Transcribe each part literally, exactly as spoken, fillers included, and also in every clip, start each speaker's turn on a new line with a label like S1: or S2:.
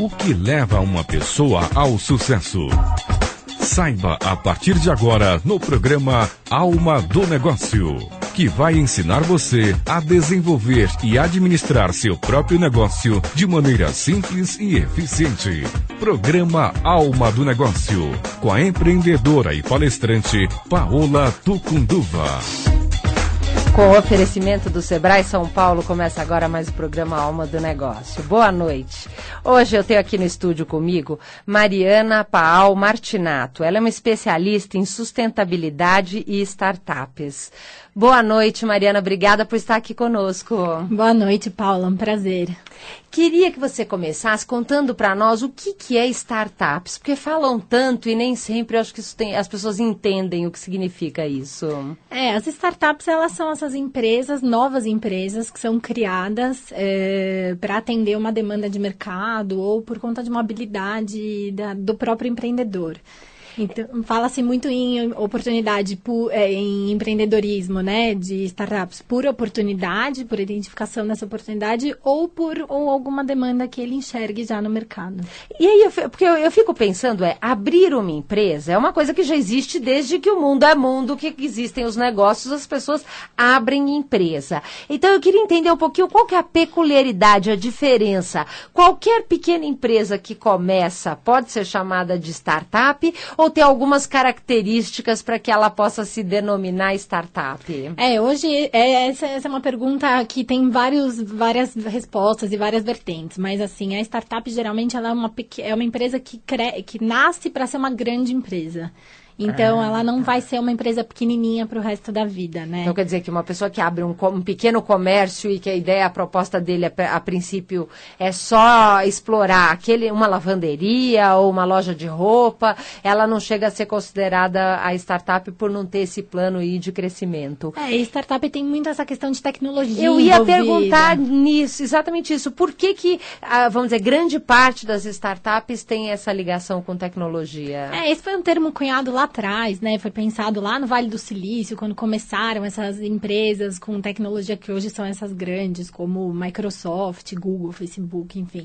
S1: O que leva uma pessoa ao sucesso? Saiba a partir de agora no programa Alma do Negócio, que vai ensinar você a desenvolver e administrar seu próprio negócio de maneira simples e eficiente. Programa Alma do Negócio, com a empreendedora e palestrante Paola Tucunduva.
S2: Com o oferecimento do Sebrae São Paulo, começa agora mais o programa Alma do Negócio. Boa noite. Hoje eu tenho aqui no estúdio comigo Mariana Paal Martinato. Ela é uma especialista em sustentabilidade e startups. Boa noite, Mariana. Obrigada por estar aqui conosco.
S3: Boa noite, Paula. Um prazer.
S2: Queria que você começasse contando para nós o que, que é startups, porque falam tanto e nem sempre eu acho que isso tem, as pessoas entendem o que significa isso.
S3: É, as startups, elas são essas empresas, novas empresas que são criadas é, para atender uma demanda de mercado ou por conta de uma habilidade da, do próprio empreendedor. Então, fala-se muito em oportunidade, por, é, em empreendedorismo, né, de startups, por oportunidade, por identificação dessa oportunidade ou por ou alguma demanda que ele enxergue já no mercado.
S2: E aí, eu, porque eu, eu fico pensando, é, abrir uma empresa é uma coisa que já existe desde que o mundo é mundo, que existem os negócios, as pessoas abrem empresa. Então, eu queria entender um pouquinho qual que é a peculiaridade, a diferença. Qualquer pequena empresa que começa pode ser chamada de startup ou tem algumas características para que ela possa se denominar startup?
S3: É, hoje, é, essa, essa é uma pergunta que tem vários, várias respostas e várias vertentes, mas assim, a startup geralmente ela é, uma, é uma empresa que, cre, que nasce para ser uma grande empresa. Então, ah, ela não vai ser uma empresa pequenininha para o resto da vida, né?
S2: Então, quer dizer que uma pessoa que abre um, um pequeno comércio e que a ideia, a proposta dele, a, a princípio, é só explorar aquele, uma lavanderia ou uma loja de roupa, ela não chega a ser considerada a startup por não ter esse plano aí de crescimento.
S3: É, e startup tem muito essa questão de tecnologia
S2: Eu ia
S3: envolvida.
S2: perguntar nisso, exatamente isso. Por que que, ah, vamos dizer, grande parte das startups tem essa ligação com tecnologia?
S3: É, esse foi um termo cunhado lá atrás, né? Foi pensado lá no Vale do Silício, quando começaram essas empresas com tecnologia que hoje são essas grandes, como Microsoft, Google, Facebook, enfim.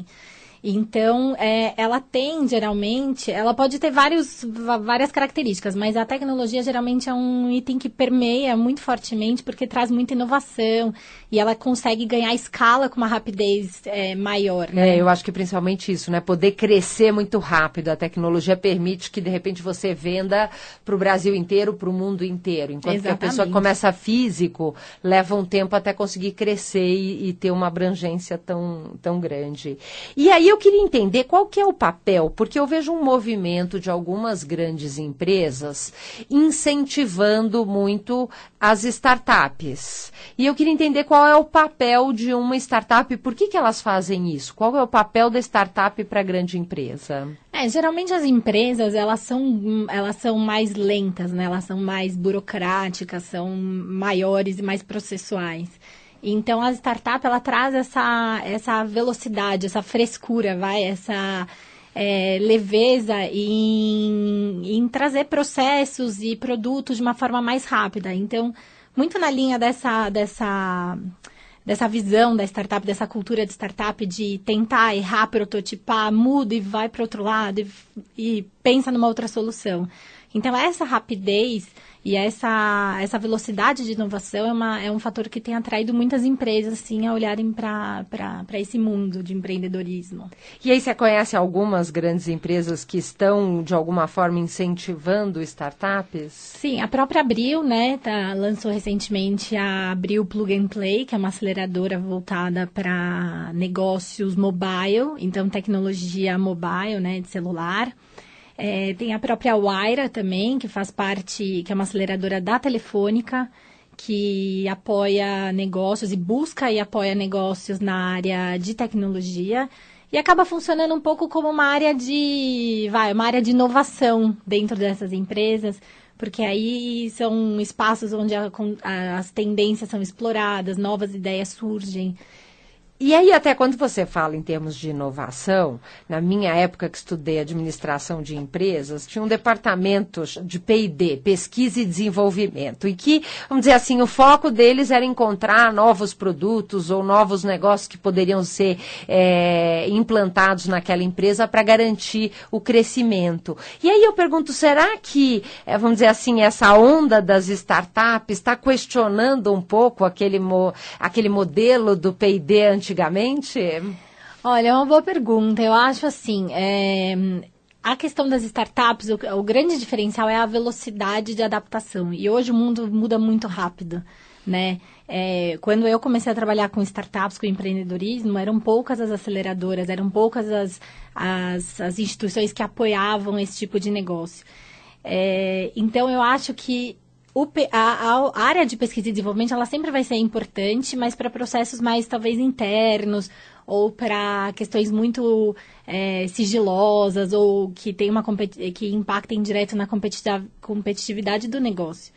S3: Então, é, ela tem, geralmente, ela pode ter vários, várias características, mas a tecnologia, geralmente, é um item que permeia muito fortemente, porque traz muita inovação, e ela consegue ganhar escala com uma rapidez é, maior, né?
S2: É, eu acho que principalmente isso, né? Poder crescer muito rápido. A tecnologia permite que, de repente, você venda para o Brasil inteiro, para o mundo inteiro. Enquanto Exatamente. Que a pessoa que começa físico, leva um tempo até conseguir crescer e, e ter uma abrangência tão, tão grande. E aí, eu queria entender qual que é o papel, porque eu vejo um movimento de algumas grandes empresas incentivando muito as startups. E eu queria entender qual é o papel de uma startup, por que que elas fazem isso? Qual é o papel da startup para a grande empresa?
S3: É, geralmente as empresas, elas são, elas são mais lentas, né? Elas são mais burocráticas, são maiores e mais processuais. Então, a startup, ela traz essa, essa velocidade, essa frescura, vai, essa é, leveza em, em trazer processos e produtos de uma forma mais rápida. Então, muito na linha dessa, dessa, dessa visão da startup, dessa cultura de startup, de tentar errar, prototipar, muda e vai para o outro lado e, e pensa numa outra solução. Então, essa rapidez e essa, essa velocidade de inovação é, uma, é um fator que tem atraído muitas empresas, assim, a olharem para esse mundo de empreendedorismo.
S2: E aí você conhece algumas grandes empresas que estão, de alguma forma, incentivando startups?
S3: Sim, a própria Abril, né, tá, lançou recentemente a Abril Plug and Play, que é uma aceleradora voltada para negócios mobile, então tecnologia mobile, né, de celular. É, tem a própria Wayra também, que faz parte, que é uma aceleradora da Telefônica, que apoia negócios e busca e apoia negócios na área de tecnologia. E acaba funcionando um pouco como uma área de, vai, uma área de inovação dentro dessas empresas, porque aí são espaços onde a, a, as tendências são exploradas, novas ideias surgem.
S2: E aí, até quando você fala em termos de inovação, na minha época que estudei administração de empresas, tinha um departamento de P e D, pesquisa e desenvolvimento, e que, vamos dizer assim, o foco deles era encontrar novos produtos ou novos negócios que poderiam ser é, implantados naquela empresa para garantir o crescimento. E aí eu pergunto, será que, é, vamos dizer assim, essa onda das startups está questionando um pouco aquele, mo, aquele modelo do P e D antigo? Antigamente?
S3: Olha, é uma boa pergunta. Eu acho assim, é, a questão das startups, o, o grande diferencial é a velocidade de adaptação. E hoje o mundo muda muito rápido, né? É, quando eu comecei a trabalhar com startups, com empreendedorismo, eram poucas as aceleradoras, eram poucas as, as, as instituições que apoiavam esse tipo de negócio. É, então, eu acho que O, a, a área de pesquisa e desenvolvimento, ela sempre vai ser importante, mas para processos mais, talvez, internos, ou para questões muito é, sigilosas, ou que, tem uma, que impactem direto na competitividade do negócio.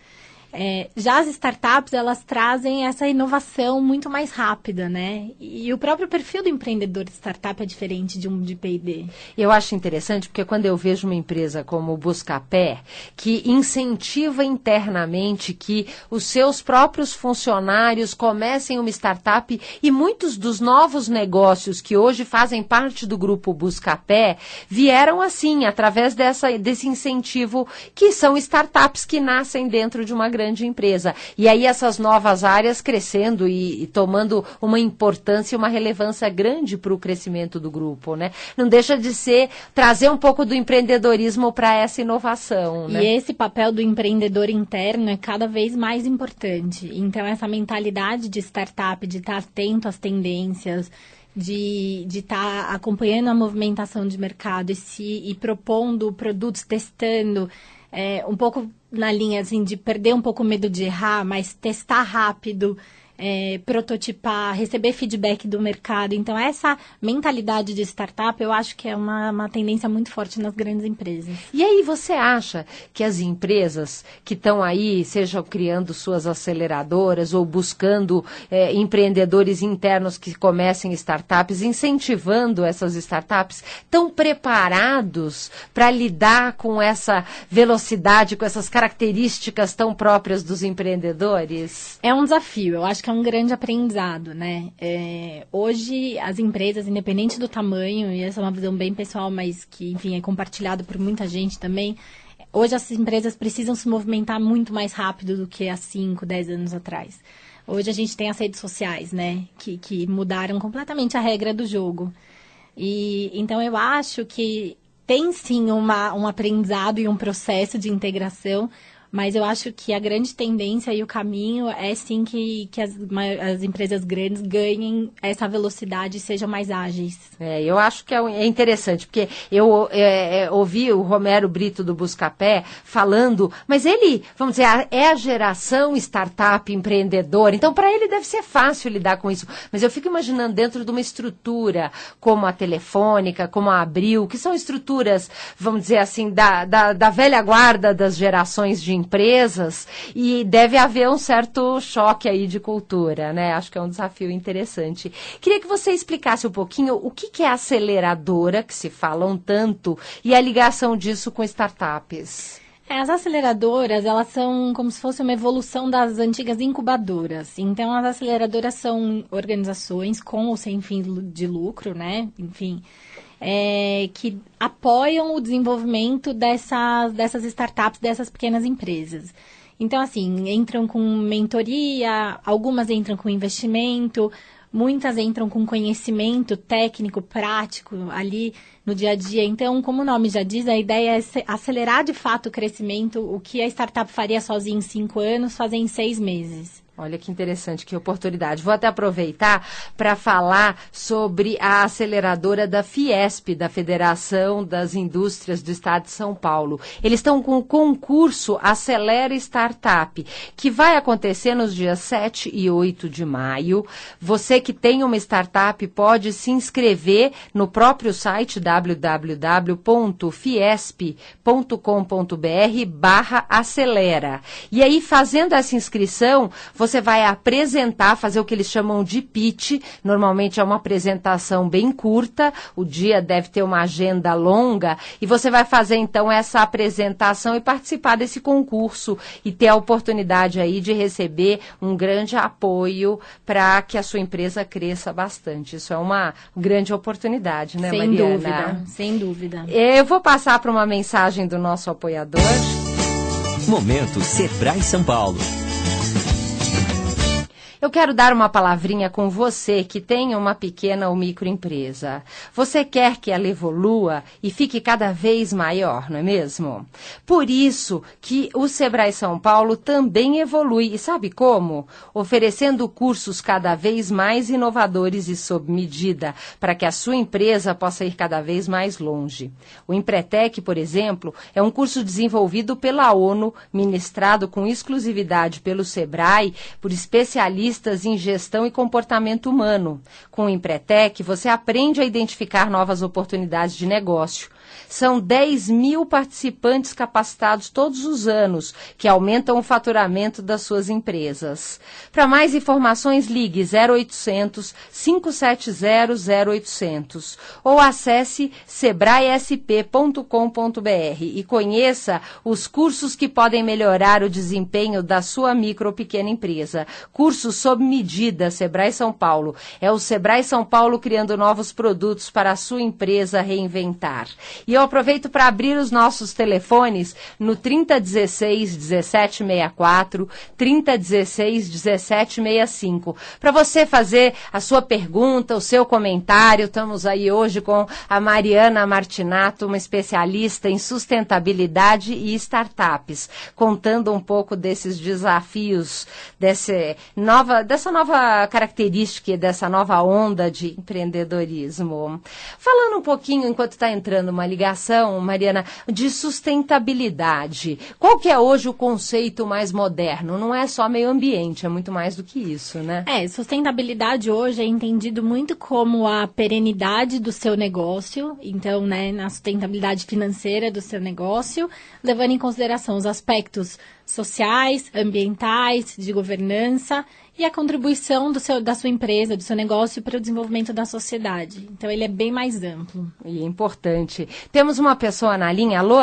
S3: É, já as startups, elas trazem essa inovação muito mais rápida, né? E o próprio perfil do empreendedor de startup é diferente de um de P e D.
S2: Eu acho interessante porque quando eu vejo uma empresa como o Buscapé, que incentiva internamente que os seus próprios funcionários comecem uma startup, e muitos dos novos negócios que hoje fazem parte do grupo Buscapé vieram assim, através dessa, desse incentivo, que são startups que nascem dentro de uma grande grande empresa. E aí essas novas áreas crescendo e, e tomando uma importância e uma relevância grande para o crescimento do grupo, né? Não deixa de ser, trazer um pouco do empreendedorismo para essa inovação, né?
S3: E esse papel do empreendedor interno é cada vez mais importante. Então, essa mentalidade de startup, de estar atento às tendências, de de estar acompanhando a movimentação de mercado e, se, e propondo produtos, testando, é, um pouco na linha assim, de perder um pouco o medo de errar, mas testar rápido, é, prototipar, receber feedback do mercado. Então, essa mentalidade de startup, eu acho que é uma, uma tendência muito forte nas grandes empresas.
S2: E aí, você acha que as empresas que estão aí, sejam criando suas aceleradoras ou buscando é, empreendedores internos que comecem startups, incentivando essas startups, estão preparados para lidar com essa velocidade, com essas características tão próprias dos empreendedores?
S3: É um desafio. Eu acho que é um grande aprendizado, né? É, hoje, as empresas, independente do tamanho, e essa é uma visão bem pessoal, mas que, enfim, é compartilhado por muita gente também, hoje as empresas precisam se movimentar muito mais rápido do que há cinco, dez anos atrás. Hoje a gente tem as redes sociais, né? Que, que mudaram completamente a regra do jogo. E, então, eu acho que tem, sim, uma, um aprendizado e um processo de integração, mas eu acho que a grande tendência e o caminho é sim que, que as, as empresas grandes ganhem essa velocidade e sejam mais ágeis.
S2: É, eu acho que é interessante, porque eu é, é, ouvi o Romero Brito do Buscapé falando, mas ele, vamos dizer, é a geração startup empreendedora, então para ele deve ser fácil lidar com isso. Mas eu fico imaginando dentro de uma estrutura como a Telefônica, como a Abril, que são estruturas, vamos dizer assim, da, da, da velha guarda das gerações de empresas, e deve haver um certo choque aí de cultura, né? Acho que é um desafio interessante. Queria que você explicasse um pouquinho o que, que é a aceleradora, que se falam tanto, e a ligação disso com startups.
S3: As aceleradoras, elas são como se fosse uma evolução das antigas incubadoras. Então, as aceleradoras são organizações com ou sem fim de lucro, né? Enfim, É, que apoiam o desenvolvimento dessas, dessas startups, dessas pequenas empresas. Então, assim, entram com mentoria, algumas entram com investimento, muitas entram com conhecimento técnico, prático, ali no dia a dia. Então, como o nome já diz, a ideia é acelerar de fato o crescimento, o que a startup faria sozinha em cinco anos, fazer em seis meses.
S2: Olha que interessante, que oportunidade. Vou até aproveitar para falar sobre a aceleradora da Fiesp, da Federação das Indústrias do Estado de São Paulo. Eles estão com o concurso Acelera Startup, que vai acontecer nos dias sete e oito de maio. Você que tem uma startup pode se inscrever no próprio site w w w ponto fiesp ponto com ponto b r barra acelera. E aí, fazendo essa inscrição, você você vai apresentar, fazer o que eles chamam de pitch, normalmente é uma apresentação bem curta, o dia deve ter uma agenda longa, e você vai fazer então essa apresentação e participar desse concurso e ter a oportunidade aí de receber um grande apoio para que a sua empresa cresça bastante. Isso é uma grande oportunidade, né,
S3: sem
S2: Mariana?
S3: Dúvida, sem dúvida.
S2: Eu vou passar para uma mensagem do nosso apoiador.
S4: Momento Sebrae São Paulo.
S2: Eu quero dar uma palavrinha com você que tem uma pequena ou microempresa. Você quer que ela evolua e fique cada vez maior, não é mesmo? Por isso que o Sebrae São Paulo também evolui. E sabe como? Oferecendo cursos cada vez mais inovadores e sob medida, para que a sua empresa possa ir cada vez mais longe. O Empretec, por exemplo, é um curso desenvolvido pela ONU, ministrado com exclusividade pelo Sebrae, por especialistas em gestão e comportamento humano. Com o Empretec, você aprende a identificar novas oportunidades de negócio. São dez mil participantes capacitados todos os anos, que aumentam o faturamento das suas empresas. Para mais informações, ligue zero oitocentos, cinco sete zero, zero oitocentos ou acesse sebrae s p ponto com ponto b r e conheça os cursos que podem melhorar o desempenho da sua micro ou pequena empresa. Cursos sob medida, Sebrae São Paulo. É o Sebrae São Paulo criando novos produtos para a sua empresa reinventar. E eu aproveito para abrir os nossos telefones no trinta dezesseis, dezessete sessenta e quatro, trinta dezesseis, dezessete sessenta e cinco. Para você fazer a sua pergunta, o seu comentário. Estamos aí hoje com a Mariana Martinato, uma especialista em sustentabilidade e startups, contando um pouco desses desafios, desse nova, dessa nova característica, dessa nova onda de empreendedorismo. Falando um pouquinho, enquanto está entrando uma ligação, Mariana, de sustentabilidade. Qual que é hoje o conceito mais moderno? Não é só meio ambiente, é muito mais do que isso, né?
S3: É, sustentabilidade hoje é entendido muito como a perenidade do seu negócio, então, né, na sustentabilidade financeira do seu negócio, levando em consideração os aspectos sociais, ambientais, de governança e a contribuição do seu, da sua empresa, do seu negócio para o desenvolvimento da sociedade. Então, ele é bem mais amplo.
S2: E é importante. Temos uma pessoa na linha. Alô?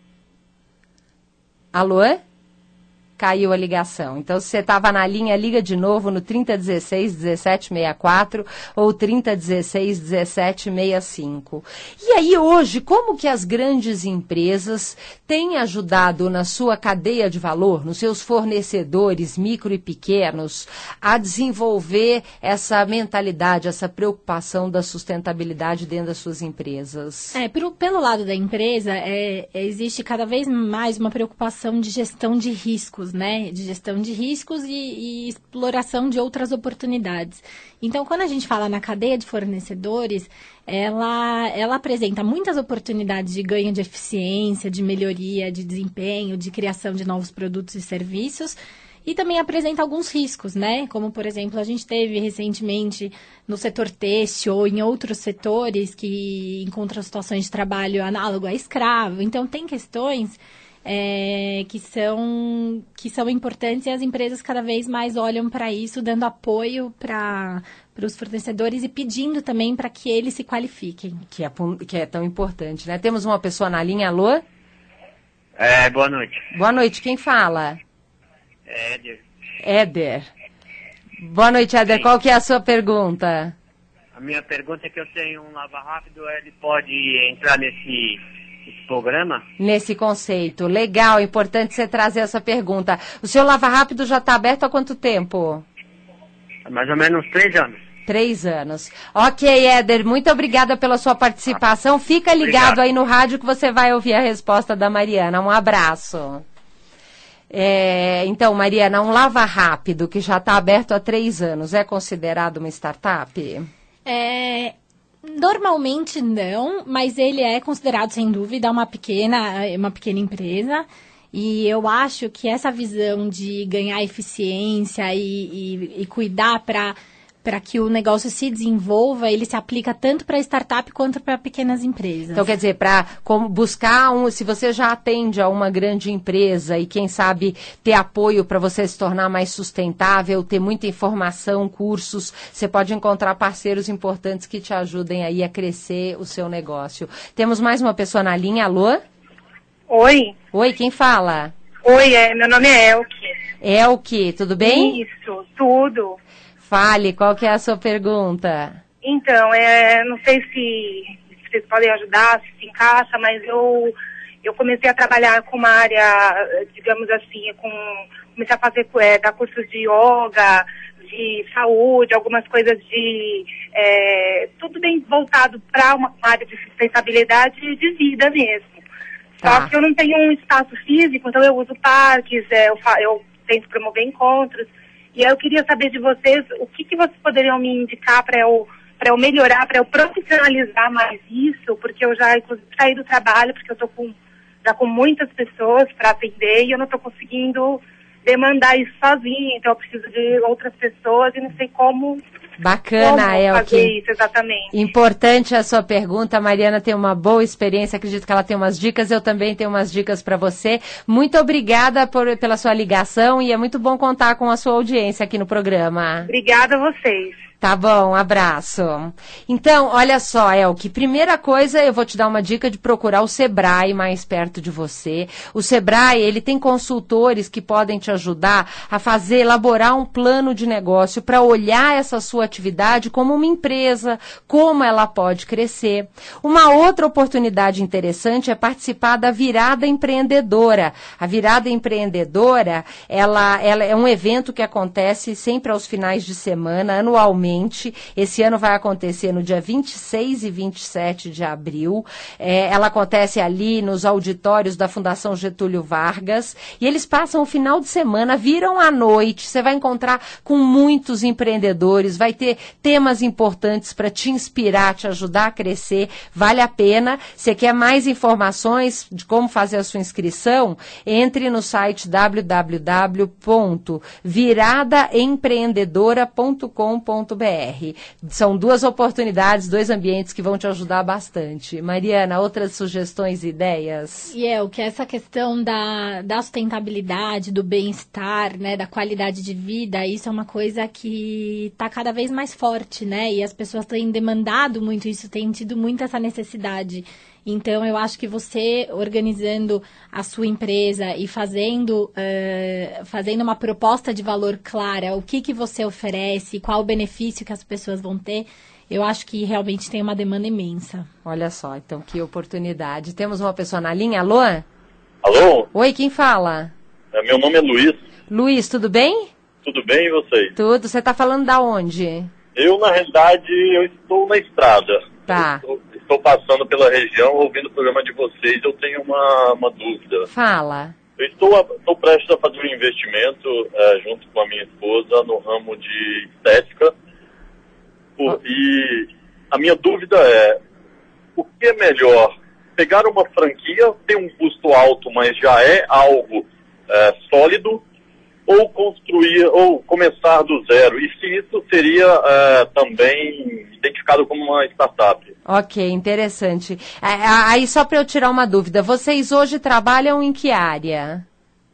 S2: Alô? Caiu a ligação. Então, se você estava na linha, liga de novo no trinta dezesseis, dezessete sessenta e quatro ou trinta dezesseis, dezessete sessenta e cinco. E aí, hoje, como que as grandes empresas têm ajudado na sua cadeia de valor, nos seus fornecedores micro e pequenos, a desenvolver essa mentalidade, essa preocupação da sustentabilidade dentro das suas empresas?
S3: É, pelo, pelo lado da empresa, é, existe cada vez mais uma preocupação de gestão de riscos, né, de gestão de riscos e, e exploração de outras oportunidades. Então, quando a gente fala na cadeia de fornecedores, ela, ela apresenta muitas oportunidades de ganho de eficiência, de melhoria, de desempenho, de criação de novos produtos e serviços, e também apresenta alguns riscos, né? Como, por exemplo, a gente teve recentemente no setor têxtil ou em outros setores que encontram situações de trabalho análogo a escravo. Então, tem questões É, que, são, que são importantes e as empresas cada vez mais olham para isso, dando apoio para os fornecedores e pedindo também para que eles se qualifiquem.
S2: Que é, que é tão importante, né? Temos uma pessoa na linha, alô?
S5: É, boa noite.
S2: Boa noite, quem fala?
S5: É Éder.
S2: Éder. Boa noite, Éder. Sim. Qual que é a sua pergunta?
S5: A minha pergunta é que eu tenho um lava rápido, ele pode entrar nesse... esse programa?
S2: Nesse conceito. Legal, importante você trazer essa pergunta. O seu Lava Rápido já está aberto há quanto tempo?
S5: Há mais ou menos três anos.
S2: Três anos. Ok, Éder, muito obrigada pela sua participação. Fica ligado
S5: Obrigado.
S2: aí no rádio que você vai ouvir a resposta da Mariana. Um abraço. É, então, Mariana, um Lava Rápido que já está aberto há três anos, é considerado uma startup?
S3: É... Normalmente não, mas ele é considerado, sem dúvida, uma pequena, uma pequena empresa. E eu acho que essa visão de ganhar eficiência e, e, e cuidar para para que o negócio se desenvolva, ele se aplica tanto para startup quanto para pequenas empresas.
S2: Então, quer dizer, para buscar, um, se você já atende a uma grande empresa e, quem sabe, ter apoio para você se tornar mais sustentável, ter muita informação, cursos, você pode encontrar parceiros importantes que te ajudem aí a crescer o seu negócio. Temos mais uma pessoa na linha. Alô?
S6: Oi.
S2: Oi, quem fala?
S6: Oi, é, meu nome é Elke.
S2: Elke, tudo bem?
S6: Isso, tudo.
S2: Fale, qual que é a sua pergunta?
S6: Então, é, não sei se, se vocês podem ajudar, se se encaixa, mas eu, eu comecei a trabalhar com uma área, digamos assim, com, comecei a fazer, é, dar cursos de yoga, de saúde, algumas coisas de, é, tudo bem voltado para uma área de sustentabilidade de vida mesmo.
S2: Tá.
S6: Só que eu não tenho um espaço físico, então eu uso parques, é, eu, fa- eu tento promover encontros. E aí eu queria saber de vocês o que, que vocês poderiam me indicar para eu, para eu melhorar, para eu profissionalizar mais isso, porque eu já, inclusive, saí do trabalho, porque eu estou com, já com muitas pessoas para atender e eu não estou conseguindo demandar isso sozinha, então eu preciso de outras pessoas e não sei como...
S2: Bacana, Elke.
S6: fazer isso, exatamente.
S2: Importante a sua pergunta. A Mariana tem uma boa experiência, acredito que ela tem umas dicas, eu também tenho umas dicas para você. Muito obrigada por, pela sua ligação e é muito bom contar com a sua audiência aqui no programa.
S6: Obrigada a vocês.
S2: Tá bom, um abraço. Então, olha só, Elke, primeira coisa, eu vou te dar uma dica de procurar o Sebrae mais perto de você. O Sebrae, ele tem consultores que podem te ajudar a fazer, elaborar um plano de negócio para olhar essa sua atividade como uma empresa, como ela pode crescer. Uma outra oportunidade interessante é participar da Virada Empreendedora. A Virada Empreendedora, ela, ela é um evento que acontece sempre aos finais de semana, anualmente. Esse ano vai acontecer no dia vinte e seis e vinte e sete de abril. É, ela acontece ali nos auditórios da Fundação Getúlio Vargas. E eles passam o final de semana, viram à noite. Você vai encontrar com muitos empreendedores, vai ter temas importantes para te inspirar, te ajudar a crescer. Vale a pena. Você quer mais informações de como fazer a sua inscrição? Entre no site w w w ponto virada empreendedora ponto com ponto b r. São duas oportunidades, dois ambientes que vão te ajudar bastante. Mariana, outras sugestões e ideias?
S3: E é o que essa questão da, da sustentabilidade, do bem-estar, né, da qualidade de vida, isso é uma coisa que está cada vez mais forte, né? E as pessoas têm demandado muito isso, têm tido muito essa necessidade. Então, eu acho que você, organizando a sua empresa e fazendo, uh, fazendo uma proposta de valor clara, o que, que você oferece, qual o benefício que as pessoas vão ter, eu acho que realmente tem uma demanda imensa.
S2: Olha só, então, que oportunidade. Temos uma pessoa na linha, alô?
S7: Alô?
S2: Oi, quem fala?
S7: É, meu nome é Luiz.
S2: Luiz, tudo bem?
S7: Tudo bem, e vocês?
S2: Tudo. Você está falando da onde?
S7: Eu, na realidade, eu estou na estrada.
S2: Tá.
S7: Estou, estou passando pela região, ouvindo o programa de vocês, eu tenho uma, uma dúvida.
S2: Fala.
S7: Eu estou, a, estou prestes a fazer um investimento, é, junto com a minha esposa, no ramo de estética. Por, oh. E a minha dúvida é, o que é melhor? Pegar uma franquia, tem um custo alto, mas já é algo é, sólido, ou construir, ou começar do zero? E se isso seria é, também identificado como uma startup?
S2: Ok, interessante. Aí só para eu tirar uma dúvida, vocês hoje trabalham em que área?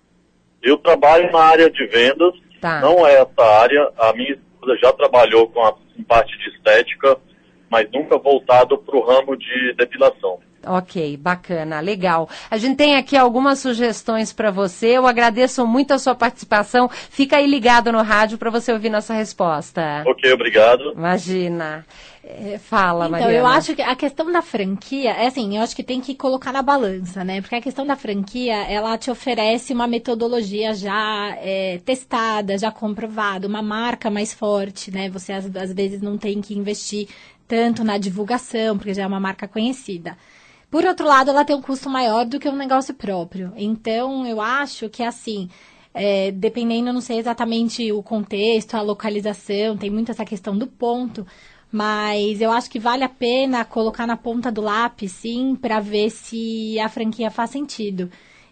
S7: Eu trabalho na área de vendas,
S2: tá.
S7: Não é essa área. A minha esposa já trabalhou com a parte de estética, mas nunca voltado para o ramo de depilação.
S2: Ok, bacana, legal. A gente tem aqui algumas sugestões para você. Eu agradeço muito a sua participação. Fica aí ligado no rádio para você ouvir nossa resposta.
S7: Ok, obrigado.
S2: Imagina. É, fala,
S3: então,
S2: Mariana.
S3: Então, eu acho que a questão da franquia, é assim, eu acho que tem que colocar na balança, né? Porque a questão da franquia, ela te oferece uma metodologia já é, testada, já comprovada, uma marca mais forte, né? Você, às, às vezes, não tem que investir tanto na divulgação, porque já é uma marca conhecida. Por outro lado, ela tem um custo maior do que um negócio próprio. Então, eu acho que, assim, é, dependendo, não sei exatamente o contexto, a localização, tem muito essa questão do ponto, mas eu acho que vale a pena colocar na ponta do lápis, sim, para ver se a franquia faz sentido.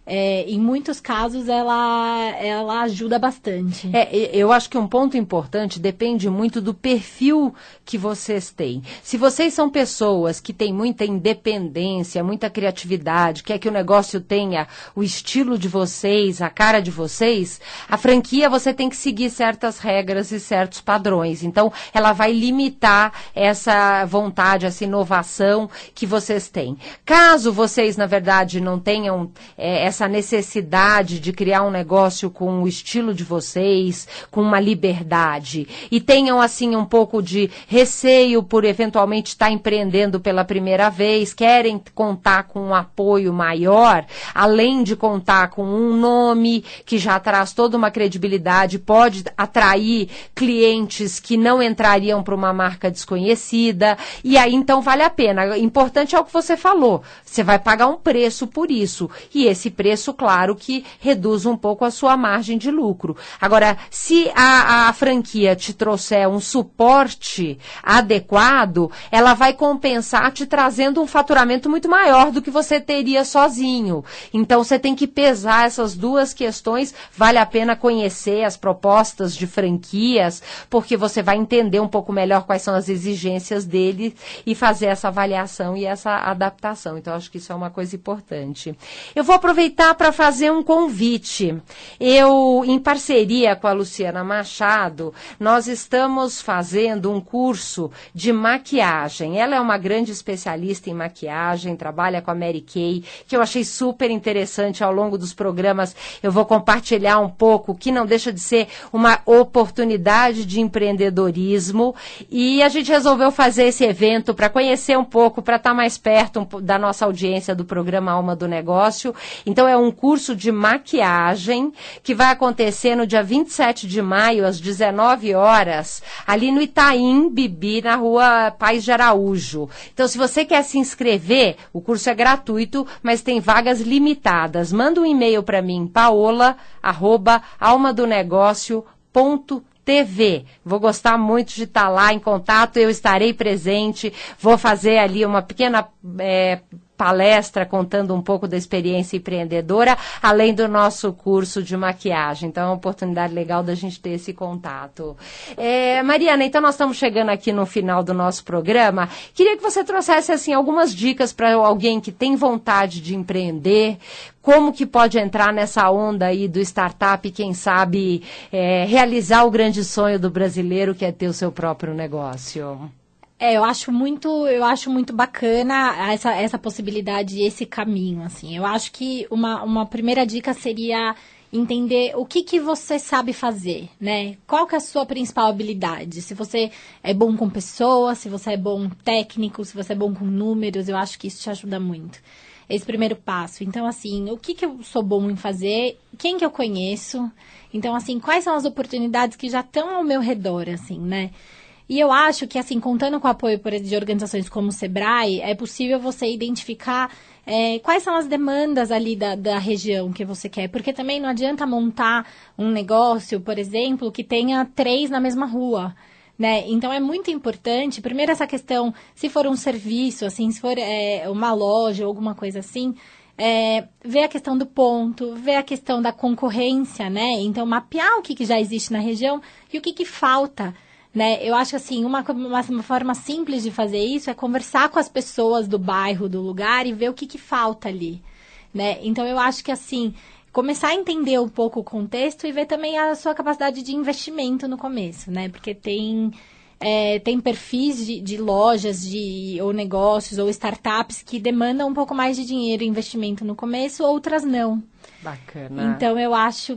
S3: é, em muitos casos, ela, ela ajuda bastante.
S2: É, eu acho que um ponto importante depende muito do perfil que vocês têm. Se vocês são pessoas que têm muita independência, muita criatividade, quer que o negócio tenha o estilo de vocês, a cara de vocês, a franquia você tem que seguir certas regras e certos padrões. Então, ela vai limitar essa vontade, essa inovação que vocês têm. Caso vocês, na verdade, não tenham é, essa necessidade de criar um negócio com o estilo de vocês, com uma liberdade, e tenham, assim, um pouco de receio por eventualmente estar empreendendo pela primeira vez, querem contar com um apoio maior, além de contar com um nome que já traz toda uma credibilidade, pode atrair clientes que não entrariam para uma marca desconhecida, e aí então vale a pena. O importante é o que você falou, você vai pagar um preço por isso, e esse preço, claro, que reduz um pouco a sua margem de lucro. Agora, se a, a franquia te trouxer um suporte adequado, ela vai compensar te trazendo um faturamento muito maior do que você teria sozinho. Então, você tem que pesar essas duas questões. Vale a pena conhecer as propostas de franquias, porque você vai entender um pouco melhor quais são as exigências dele e fazer essa avaliação e essa adaptação. Então, acho que isso é uma coisa importante. Eu vou aproveitar para fazer um convite. Eu, em parceria com a Luciana Machado, nós estamos fazendo um curso de maquiagem. Ela é uma grande especialista em maquiagem, trabalha com a Mary Kay, que eu achei super interessante. Ao longo dos programas eu vou compartilhar um pouco, que não deixa de ser uma oportunidade de empreendedorismo, e a gente resolveu fazer esse evento para conhecer um pouco, para estar mais perto um, da nossa audiência do programa Alma do Negócio. Então é um curso de maquiagem que vai acontecer no dia vinte e sete de maio, às dezenove horas, ali no Itaim Bibi, na rua Paz de Araújo. Então, se você quer se inscrever, o curso é gratuito, mas tem vagas limitadas. Manda um e-mail para mim, paola, arroba, almadonegócio ponto T V. Vou gostar muito de estar lá em contato, eu estarei presente, vou fazer ali uma pequena é, palestra contando um pouco da experiência empreendedora, além do nosso curso de maquiagem. Então é uma oportunidade legal da gente ter esse contato. É, Mariana, então nós estamos chegando aqui no final do nosso programa. Queria que você trouxesse assim algumas dicas para alguém que tem vontade de empreender, como que pode entrar nessa onda aí do startup, quem sabe é, realizar o grande sonho do brasileiro, que é ter o seu próprio negócio.
S3: É, eu acho muito, eu acho muito bacana essa, essa possibilidade, esse caminho, assim. Eu acho que uma, uma primeira dica seria entender o que, que você sabe fazer, né? Qual que é a sua principal habilidade? Se você é bom com pessoas, se você é bom técnico, se você é bom com números, eu acho que isso te ajuda muito. Esse primeiro passo. Então, assim, o que, que eu sou bom em fazer? Quem que eu conheço? Então, assim, quais são as oportunidades que já estão ao meu redor, assim, né? E eu acho que, assim, contando com o apoio de organizações como o Sebrae, é possível você identificar é, quais são as demandas ali da, da região que você quer. Porque também não adianta montar um negócio, por exemplo, que tenha três na mesma rua, né? Então, é muito importante, primeiro essa questão, se for um serviço, assim, se for é, uma loja ou alguma coisa assim, é, ver a questão do ponto, ver a questão da concorrência, né? Então, mapear o que, que já existe na região e o que, que falta, né? Eu acho que, assim, uma, uma, uma forma simples de fazer isso é conversar com as pessoas do bairro, do lugar e ver o que, que falta ali, né? Então, eu acho que, assim, começar a entender um pouco o contexto e ver também a sua capacidade de investimento no começo, né? Porque tem, é, tem perfis de, de lojas de, ou negócios ou startups que demandam um pouco mais de dinheiro e investimento no começo, outras não.
S2: Bacana.
S3: Então, eu acho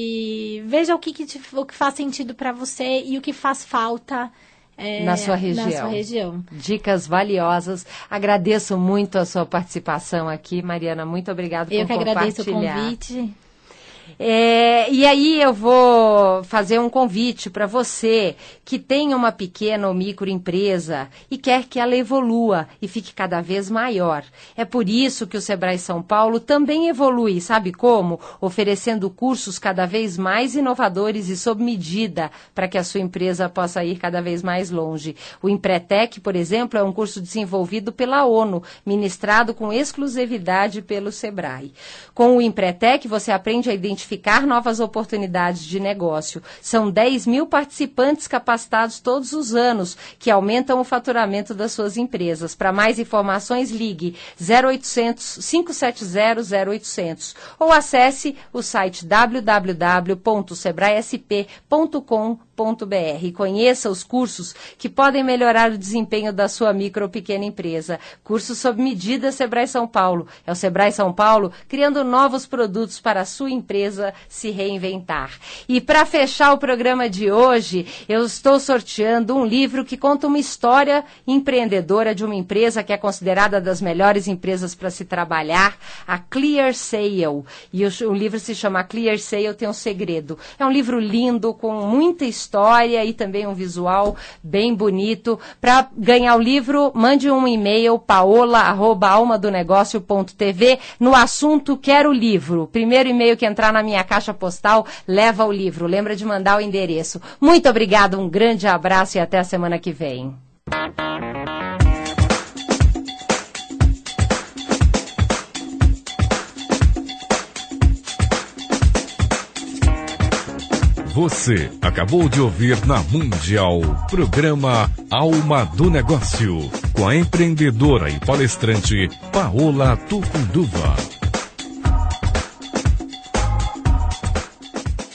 S3: que veja o que, que, te, o que faz sentido para você e o que faz falta é,
S2: na sua região.
S3: Na sua região.
S2: Dicas valiosas. Agradeço muito a sua participação aqui, Mariana. Muito obrigada por compartilhar.
S3: Eu que agradeço o convite.
S2: É, e aí eu vou fazer um convite para você que tem uma pequena ou microempresa e quer que ela evolua e fique cada vez maior. É por isso que o Sebrae São Paulo também evolui, sabe como? Oferecendo cursos cada vez mais inovadores e sob medida para que a sua empresa possa ir cada vez mais longe. O Empretec, por exemplo, é um curso desenvolvido pela ONU, ministrado com exclusividade pelo Sebrae. Com o Empretec, você aprende a identificar novas oportunidades de negócio. São dez mil participantes capacitados todos os anos, que aumentam o faturamento das suas empresas. Para mais informações, ligue zero oitocentos, cinco sete zero, zero oitocentos ou acesse o site w w w ponto sebrae s p ponto com ponto b r. Conheça os cursos que podem melhorar o desempenho da sua micro ou pequena empresa. Curso sob medida Sebrae São Paulo. É o Sebrae São Paulo criando novos produtos para a sua empresa se reinventar. E para fechar o programa de hoje, eu estou sorteando um livro que conta uma história empreendedora de uma empresa que é considerada das melhores empresas para se trabalhar, a Clear Sale. E o, o livro se chama Clear Sale Tem um Segredo. É um livro lindo, com muita história história e também um visual bem bonito. Para ganhar o livro, mande um e-mail paola arroba alma do negócio ponto t v no assunto Quero o Livro. Primeiro e-mail que entrar na minha caixa postal leva o livro. Lembra de mandar o endereço. Muito obrigada, um grande abraço e até a semana que vem.
S1: Você acabou de ouvir na Mundial, programa Alma do Negócio, com a empreendedora e palestrante Paola Tucunduva.